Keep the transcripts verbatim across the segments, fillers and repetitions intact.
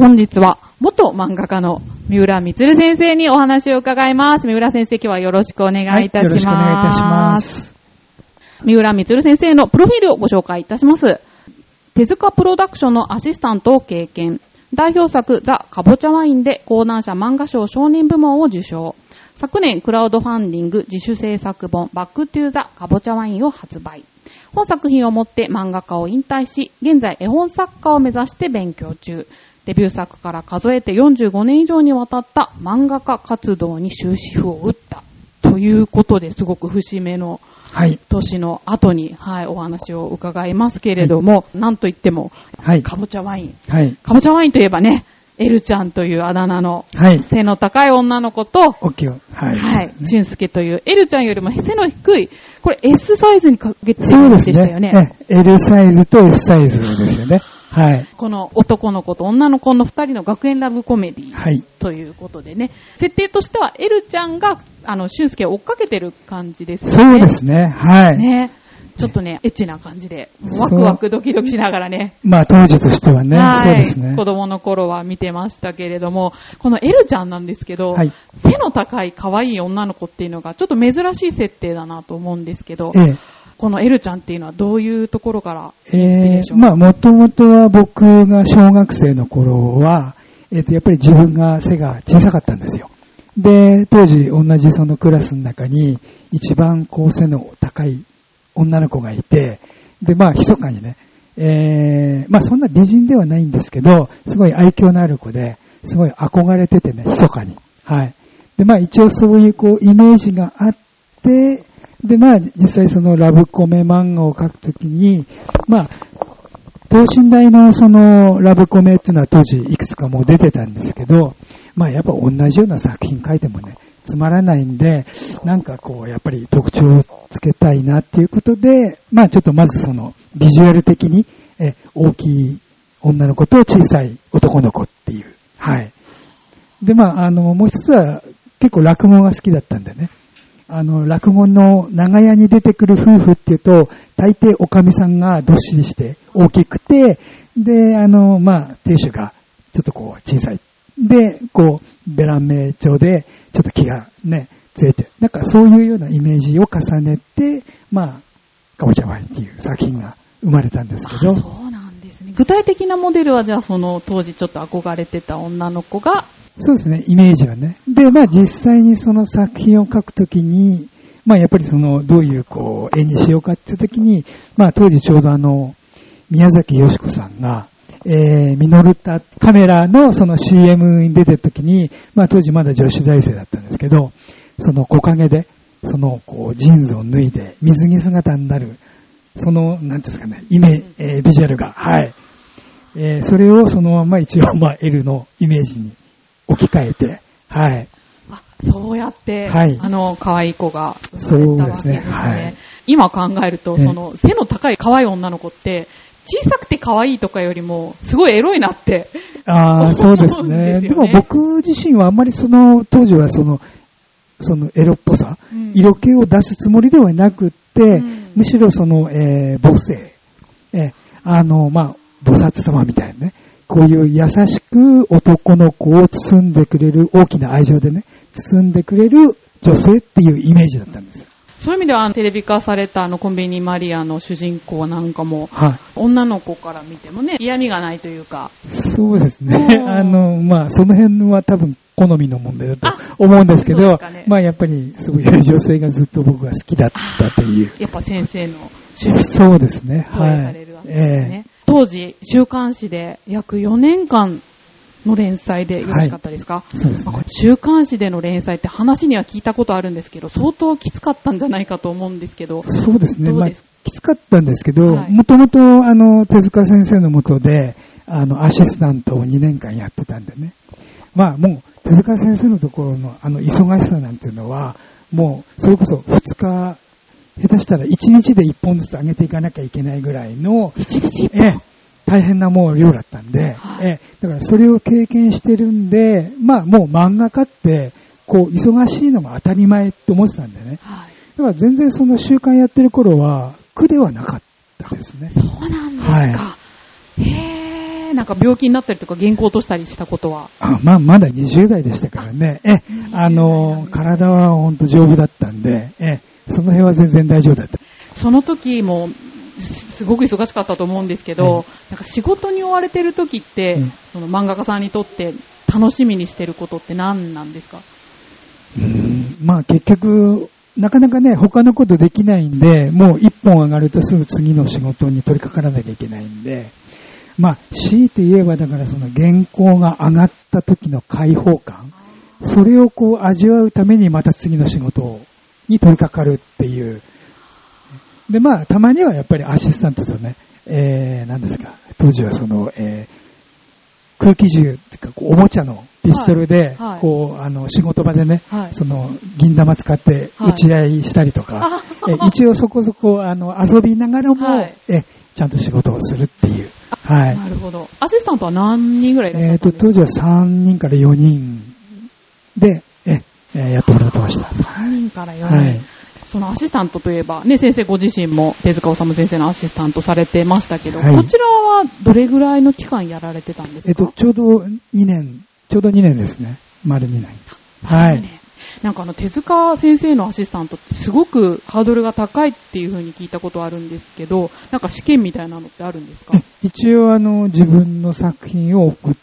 本日は元漫画家の三浦充先生にお話を伺います。三浦先生、今日はよろしくお願いいたします。はい、よろしくお願いいたします。三浦充先生のプロフィールをご紹介いたします。手塚プロダクションのアシスタントを経験。代表作ザ・かぼちゃワインで講談社漫画賞少年部門を受賞。昨年クラウドファンディング自主制作本バックトゥーザ・かぼちゃワインを発売。本作品をもって漫画家を引退し、現在絵本作家を目指して勉強中。デビュー作から数えてよんじゅうごねん以上にわたった漫画家活動に終止符を打ったということで、すごく節目の年の後に、はい、お話を伺いますけれども、はい、なんといっても、はい、かぼちゃワイン、はい、かぼちゃワインといえばね、エルちゃんというあだ名の背の高い女の子と、 はい、はい、 はい、俊介というエルちゃんよりも背の低い、これ S サイズにかけてるんでしたよね。そうですね。 L サイズと S サイズですよね。はい。 この男の子と女の子の二人の学園ラブコメディ、はい、ということでね、設定としてはエルちゃんがあの俊介を追っかけてる感じですよね。 そうですね。はい。ね。 ちょっとね、エッチな感じで、ワクワクドキドキしながらね。 まあ当時としてはね、はい、そうですね。 子供の頃は見てましたけれども、このエルちゃんなんですけど、はい、背の高い可愛い女の子っていうのがちょっと珍しい設定だなと思うんですけど、ええ、このエルちゃんっていうのはどういうところからインスピレーション、 えー、まあもともとは僕が小学生の頃は、えっとやっぱり自分が背が小さかったんですよ。で、当時同じそのクラスの中に一番こう背の高い女の子がいて、で、まあ、密かにね、えー、まあ、そんな美人ではないんですけど、すごい愛嬌のある子で、すごい憧れててね、密かに。はい。で、まあ、一応そういうこう、イメージがあって、で、まあ、実際そのラブコメ漫画を描くときに、まあ、等身大のそのラブコメっていうのは当時いくつかもう出てたんですけど、まあ、やっぱ同じような作品描いてもね、つまらないんで、なんかこう、やっぱり特徴をつけたいなっていうことで、まあちょっとまずその、ビジュアル的に、え、大きい女の子と小さい男の子っていう。はい。で、まああの、もう一つは結構落語が好きだったんでね。あの、落語の長屋に出てくる夫婦っていうと、大抵おかみさんがどっしりして大きくて、で、あの、まあ亭主がちょっとこう小さい。で、こう、ベラン名調で、ちょっと気がね、ずれて、なんかそういうようなイメージを重ねて、まあ、かぼちゃワインっていう作品が生まれたんですけど。 そうなんですね。具体的なモデルはじゃあその当時ちょっと憧れてた女の子が。 そうですね、イメージはね。で、まあ実際にその作品を描くときに、まあやっぱりその、どういうこう、絵にしようかっていうときに、まあ当時ちょうどあの、宮崎美子さんが、えー、ミノルタカメラのその シーエム に出てる時に、まあ当時まだ女子大生だったんですけど、その木陰で、そのこうジーンズを脱いで水着姿になる、その、なんていうんですかね、イメ、えー、ビジュアルが、はい。えー、それをそのまま一応まあ L のイメージに置き換えて、はい。 あ、そうやって、はい、あの可愛い子が生まれたわけですね。そうですね。はい。今考えると、その背の高い可愛い女の子って、小さくて可愛いとかよりも、すごいエロいなって。 ああ、そうですね。でも僕自身はあんまりその、当時はその、そのエロっぽさ、うん、色気を出すつもりではなくって、うん、むしろその、えー、母性、えー、あの、まあ、菩薩様みたいなね、こういう優しく男の子を包んでくれる、大きな愛情でね、包んでくれる女性っていうイメージだったんですよ。 そういう意味ではテレビ化されたあのコンビニマリアの主人公なんかも、はい、女の子から見てもね、嫌味がないというか。 そうですね。あの、まあ、その辺は多分好みの問題だと思うんですけど、ね、まあやっぱりそういう女性がずっと僕は好きだったという。 やっぱ先生の趣味そうですね。 はい。されるわけですね。えー、当時、週刊誌で約よねんかんの連載でよろしかったですか？はい、そうですね。週刊誌での連載って話には聞いたことあるんですけど、相当きつかったんじゃないかと思うんですけど。 そうですね。まあ、きつかったんですけど、もともとあの手塚先生の下であのアシスタントをにねんかんやってたんでね。まあもう手塚先生のところのあの忙しさなんていうのはもうそれこそふつか下手したらいちにちでいっぽんずつ上げていかなきゃいけないぐらいのいちにちいっぽん、 え大変なもう量だったんで、はい、えだからそれを経験してるんで、まあもう漫画家ってこう忙しいのが当たり前って思ってたんでね、はい、だから全然その週刊やってる頃は苦ではなかったですね。 そうなんですか、はい、へー。 ー、なんか病気になったりとか原稿落としたりしたことは？ あ、まあ、まだにじゅう代でしたからね。え、あの、体は本当丈夫だったんで、え、その辺は全然大丈夫だった。 その時も、すごく忙しかったと思うんですけど、うん、なんか仕事に追われてる時って、うん、その漫画家さんにとって楽しみにしてることって何なんですか？ うーん、まあ結局、なかなかね、他のことできないんで、もう一本上がるとすぐ次の仕事に取り掛からなきゃいけないんで、まあ、強いて言えばだからその原稿が上がった時の解放感、それをこう味わうためにまた次の仕事に取り掛かるっていう。で、まあ、たまにはやっぱりアシスタントとね、えー、何ですか、当時はその、えー、空気銃っていうか、こうおもちゃのピストルで、はい、こう、あの、仕事場でね、はい、その、銀玉使って打ち合いしたりとか、はい、え一応そこそこ、あの、遊びながらも、はい、え、ちゃんと仕事をするっていう。はい。 なるほど。アシスタントは何人ぐらいいらっしゃったんですか？ えっと、当時はさんにんからよにんで、え、えやってもらってました。 さんにんからよにん。はい。そのアシスタントといえば、ね、先生ご自身も手塚治虫先生のアシスタントされてましたけど、はい、こちらはどれぐらいの期間やられてたんですか？ えっと、ちょうどにねん、ちょうどにねんですね。丸にねん。はい。 なんかあの手塚先生のアシスタントってすごくハードルが高いっていう風に聞いたことあるんですけど、なんか試験みたいなのってあるんですか？ 一応あの自分の作品を送って、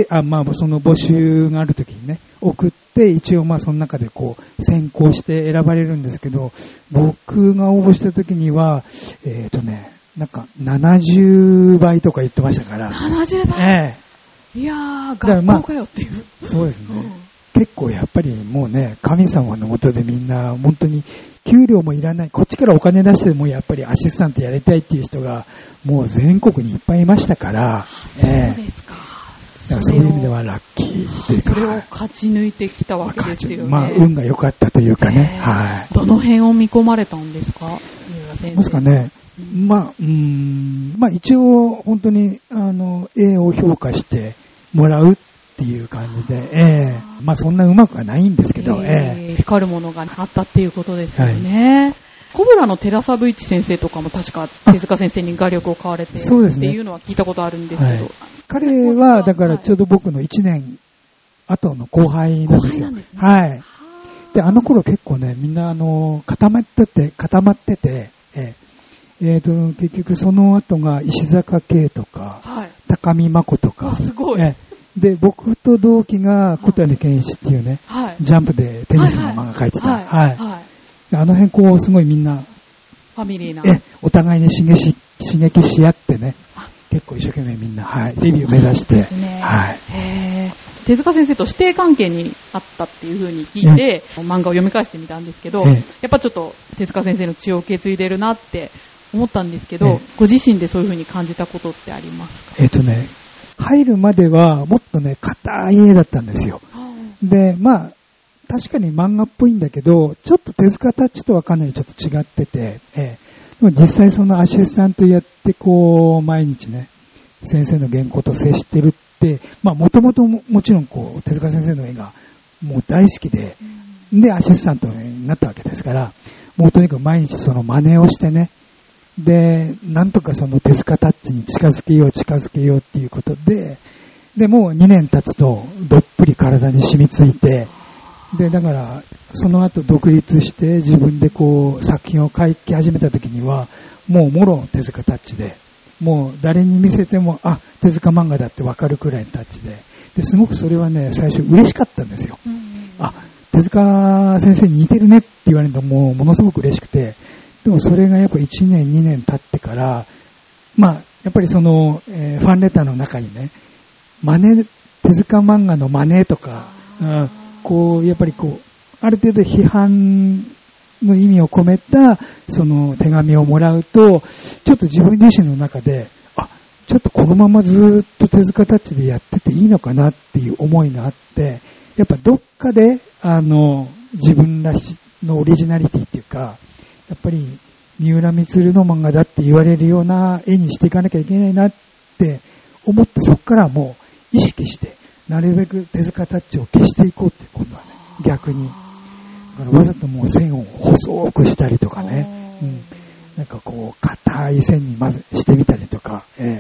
あ、まあその募集がある時にね、送って一応まあその中でこう選考して選ばれるんですけど、僕が応募した時には、えっとね、なんかななじゅうばいとか言ってましたから。 ななじゅうばい？ええ。いやー、学校かよっていう。 まあ、そうですね。うん、結構やっぱりもうね、神様の下でみんな本当に給料もいらない、こっちからお金出してもやっぱりアシスタントやりたいっていう人がもう全国にいっぱいいましたから、 そうですか。 えー、だからそういう意味ではラッキーっていうか、 それを勝ち抜いてきたわけですよね。 まあ運が良かったというかね、えー、はい。 どの辺を見込まれたんですか、三浦先生。 ですかね。うん、まあ、うーん、まあ一応本当にあの絵を評価してもらうっていう感じで、えー、まあそんなうまくはないんですけど、えーえー、光るものがあったっていうことですよね。はい、コブラの寺サブイチ先生とかも確か手塚先生に画力を買われてっていうのは聞いたことあるんですけど、はい、 彼はだからちょうど僕のいちねん後の後輩なんですよ。 ですね、 はい。で、あの頃結構ね、みんなあの固まってて固まってて、えー、えー、と結局その後が石坂慶とか、はい、高見真子とか、 すごい。 えーで、僕と同期が小谷健一っていうね、はい、ジャンプでテニスの漫画描いてた。はい。はいはいはい、あの辺こう、すごいみんな、 ファミリーな。 え、お互いに刺激し、刺激し合ってね、結構一生懸命みんな、はい、デビュー目指して。 ね、はい。へー。手塚先生と師弟関係にあったっていう風に聞いて、漫画を読み返してみたんですけど、やっぱちょっと手塚先生の血を受け継いでるなって思ったんですけど、ご自身でそういう風に感じたことってありますか？ えっとね、入るまではもっとね、硬い絵だったんですよ。で、まあ、確かに漫画っぽいんだけど、ちょっと手塚タッチとはかなりちょっと違ってて、ええ、でも実際そのアシスタントやってこう、毎日ね、先生の原稿と接してるって、まあもともともちろんこう、手塚先生の絵がもう大好きで、で、アシスタントになったわけですから、もうとにかく毎日その真似をしてね、で、なんとかその手塚タッチに近づけよう近づけようっていうことで、で、もうにねん経つとどっぷり体に染みついて、で、だからその後独立して自分でこう作品を描き始めた時には、もうもろ手塚タッチで、もう誰に見せても、あ、手塚漫画だってわかるくらいのタッチで、で、すごくそれはね、最初嬉しかったんですよ。あ、手塚先生に似てるねって言われるともうものすごく嬉しくて、でもそれがやっぱいちねんにねん経ってから、まあやっぱりその、えー、ファンレターの中にね、真似、手塚漫画の真似とか、うん、こうやっぱりこうある程度批判の意味を込めたその手紙をもらうと、ちょっと自分自身の中で、あ、ちょっとこのままずっと手塚タッチでやってていいのかなっていう思いがあって、やっぱどっかであの自分らしのオリジナリティっていうか、やっぱり三浦充の漫画だって言われるような絵にしていかなきゃいけないなって思って、そこからもう意識してなるべく手塚タッチを消していこうって今度はね、逆にだからわざともう線を細くしたりとかね、うん、なんかこう硬い線にまずしてみたりとか、えー、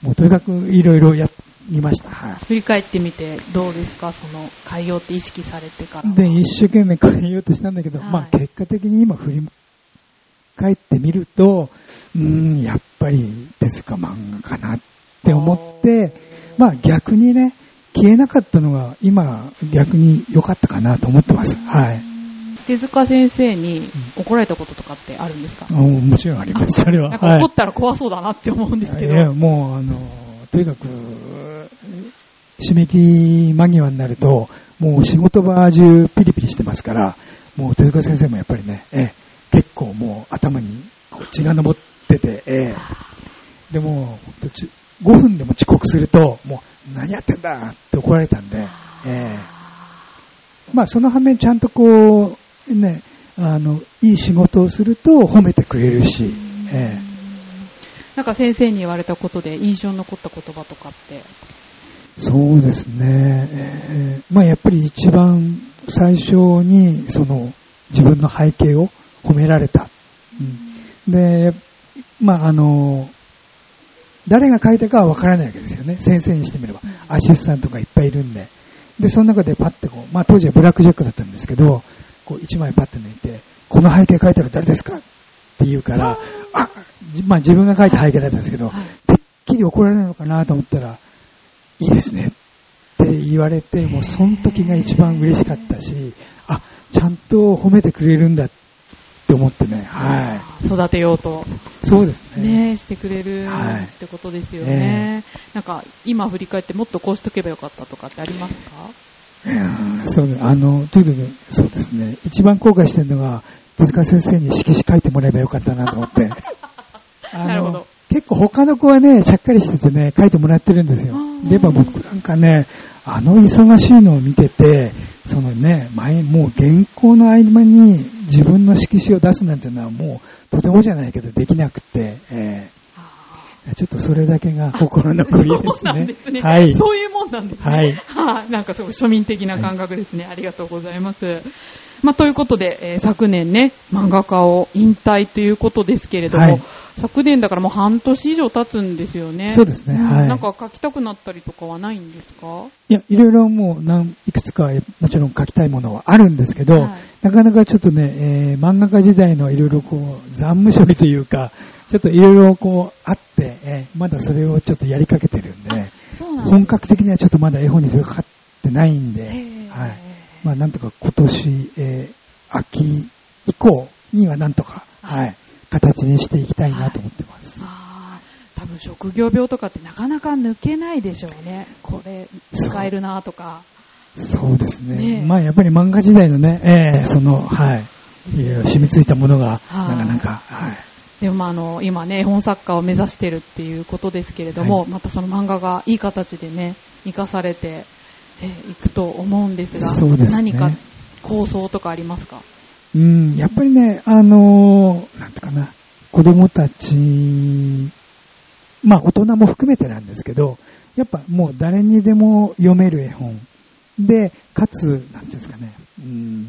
もうとにかくいろいろやりました。はい。 振り返ってみてどうですか、その変えようって意識されてから。 で、一生懸命変えようとしたんだけど、 はい、 まあ結果的に今振り返ってみると、うーん、やっぱり手塚漫画かなって思って、まあ逆にね、消えなかったのが今逆に良かったかなと思ってます。はい。 手塚先生に怒られたこととかってあるんですか？ うん、もちろんあります。それは。 なんか怒ったら怖そうだなって思うんですけど。 はい、いや、もうあの、とにかく、締め切り間際になると、もう仕事場中ピリピリしてますから、もう手塚先生もやっぱりね、え結構もう頭に血が上ってて、えでもごふんでも遅刻すると、もう何やってんだって怒られたんで、えまあその反面ちゃんとこう、ね、あの、いい仕事をすると褒めてくれるし、えなんか先生に言われたことで印象に残った言葉とかって。 そうですね、えー、まあやっぱり一番最初にその自分の背景を褒められた、うん、でまああの誰が書いたかは分からないわけですよね、先生にしてみれば、うん、アシスタントがいっぱいいるんで、でその中でパッてこう、まあ当時はブラックジャックだったんですけど、こう一枚パッて抜いて、この背景書いたら誰ですかって言うから、あ、まあ自分が書いた背景だったんですけど、てっきり怒られるのかなと思ったら、いいですねって言われて、もうその時が一番嬉しかったし、あ、ちゃんと褒めてくれるんだって思ってね、はい。育てようと。 そうですね。 ね、してくれるってことですよね。 はいえー、なんか今振り返ってもっとこうしとけばよかったとかってありますか？ そうね、あの、とにかくそうですね、一番後悔してるのが、手塚先生に色紙書いてもらえばよかったなと思って。あのなるほど。 結構他の子はね、ちゃっかりしててね、書いてもらってるんですよ。で、やっぱ僕なんかね、あの忙しいのを見てて、そのね、前、もう原稿の合間に自分の色紙を出すなんていうのはもうとてもじゃないけどできなくて、えー、ちょっとそれだけが心残りですね。 そうなんですね。 はい。 そういうもんなんですね。 はい。 はあ、なんかすごい庶民的な感覚ですね。はい、ありがとうございます。まあ、ということで、えー、昨年ね、漫画家を引退ということですけれども、はい、昨年だからもう半年以上経つんですよね。 そうですね。はい。 なんか書きたくなったりとかはないんですか？ いや、いろいろもう何いくつかもちろん書きたいものはあるんですけど、はい、なかなかちょっとね、えー、漫画家時代のいろいろこう残務処理というか、ちょっといろいろこうあって、えー、まだそれをちょっとやりかけてるんで、ね、 そうなんですね、 本格的にはちょっとまだ絵本に取り掛かってないんで、はい。まあなんとか今年、えー秋以降にはなんとか、はい、形にしていきたいなと思ってます。 はい、あ、多分職業病とかってなかなか抜けないでしょうね。これ使えるなとか。 そうですね。ね、まあやっぱり漫画時代のね、えー、そのはいいろいろ染みついたものがなかなか、はい。 でもまああの今ね絵本作家を目指してるっていうことですけれども、はい、またその漫画がいい形でね生かされてい、えー、くと思うんですが、 そうですね、 何か構想とかありますか？ うん、やっぱりね、あのー、なんてかな、子供たち、まあ大人も含めてなんですけど、やっぱもう誰にでも読める絵本で、かつ、なんていうんですかね、うん、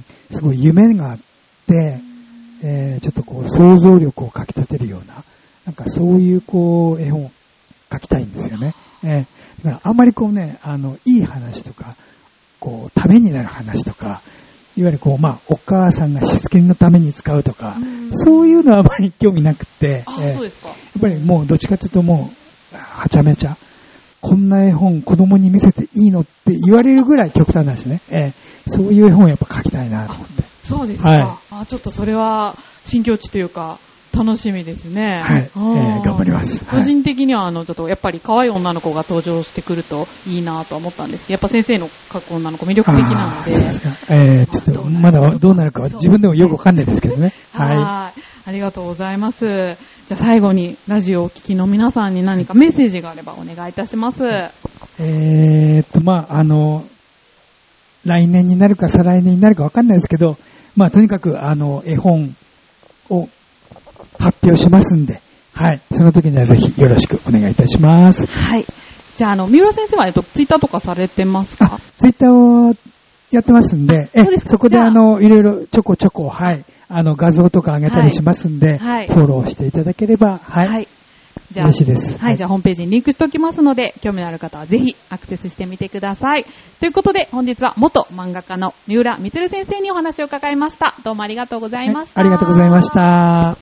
すごい夢があって、えー、ちょっとこう想像力をかき立てるような、なんかそういうこう絵本を書きたいんですよね。えー、だからあんまりこうね、あの、いい話とか、こう、ためになる話とか、いわゆるこう、まあ、お母さんがしつけのために使うとか、うそういうのはあまり興味なくて、 あ、えー、そうですか。やっぱりもうどっちかというともう、はちゃめちゃ、こんな絵本子供に見せていいのって言われるぐらい極端だしね、えー、そういう絵本をやっぱ描きたいなと思って。 そうですか。はい、あ、ちょっとそれは新境地というか、楽しみですね。 はい、えー、頑張ります。 個人的にはあのちょっとやっぱり可愛い女の子が登場してくるといいなと思ったんですけど、やっぱ先生の描く女の子魅力的なので。 そうですか。えー、ちょっとまだどうなるかは自分でもよくわかんないですけどね。 はい。はい。ありがとうございます。じゃあ最後にラジオをお聞きの皆さんに何かメッセージがあればお願いいたします。 えーっとまああの来年になるか再来年になるかわかんないですけど、まあとにかくあの絵本を発表しますんで、はい。その時にはぜひよろしくお願いいたします。 はい。じゃあ、あの、三浦先生は、えっと、ツイッターとかされてますか？ ツイッターをやってますんで、え、そこであの、いろいろちょこちょこ、はい。あの、画像とか上げたりしますんで、はい、フォローしていただければ、はい。はい。 じゃあ、 嬉しいです。 はい、はい、じゃあホームページにリンクしておきますので、興味のある方はぜひアクセスしてみてください。ということで、本日は元漫画家の三浦充先生にお話を伺いました。どうもありがとうございました。 はい、ありがとうございました。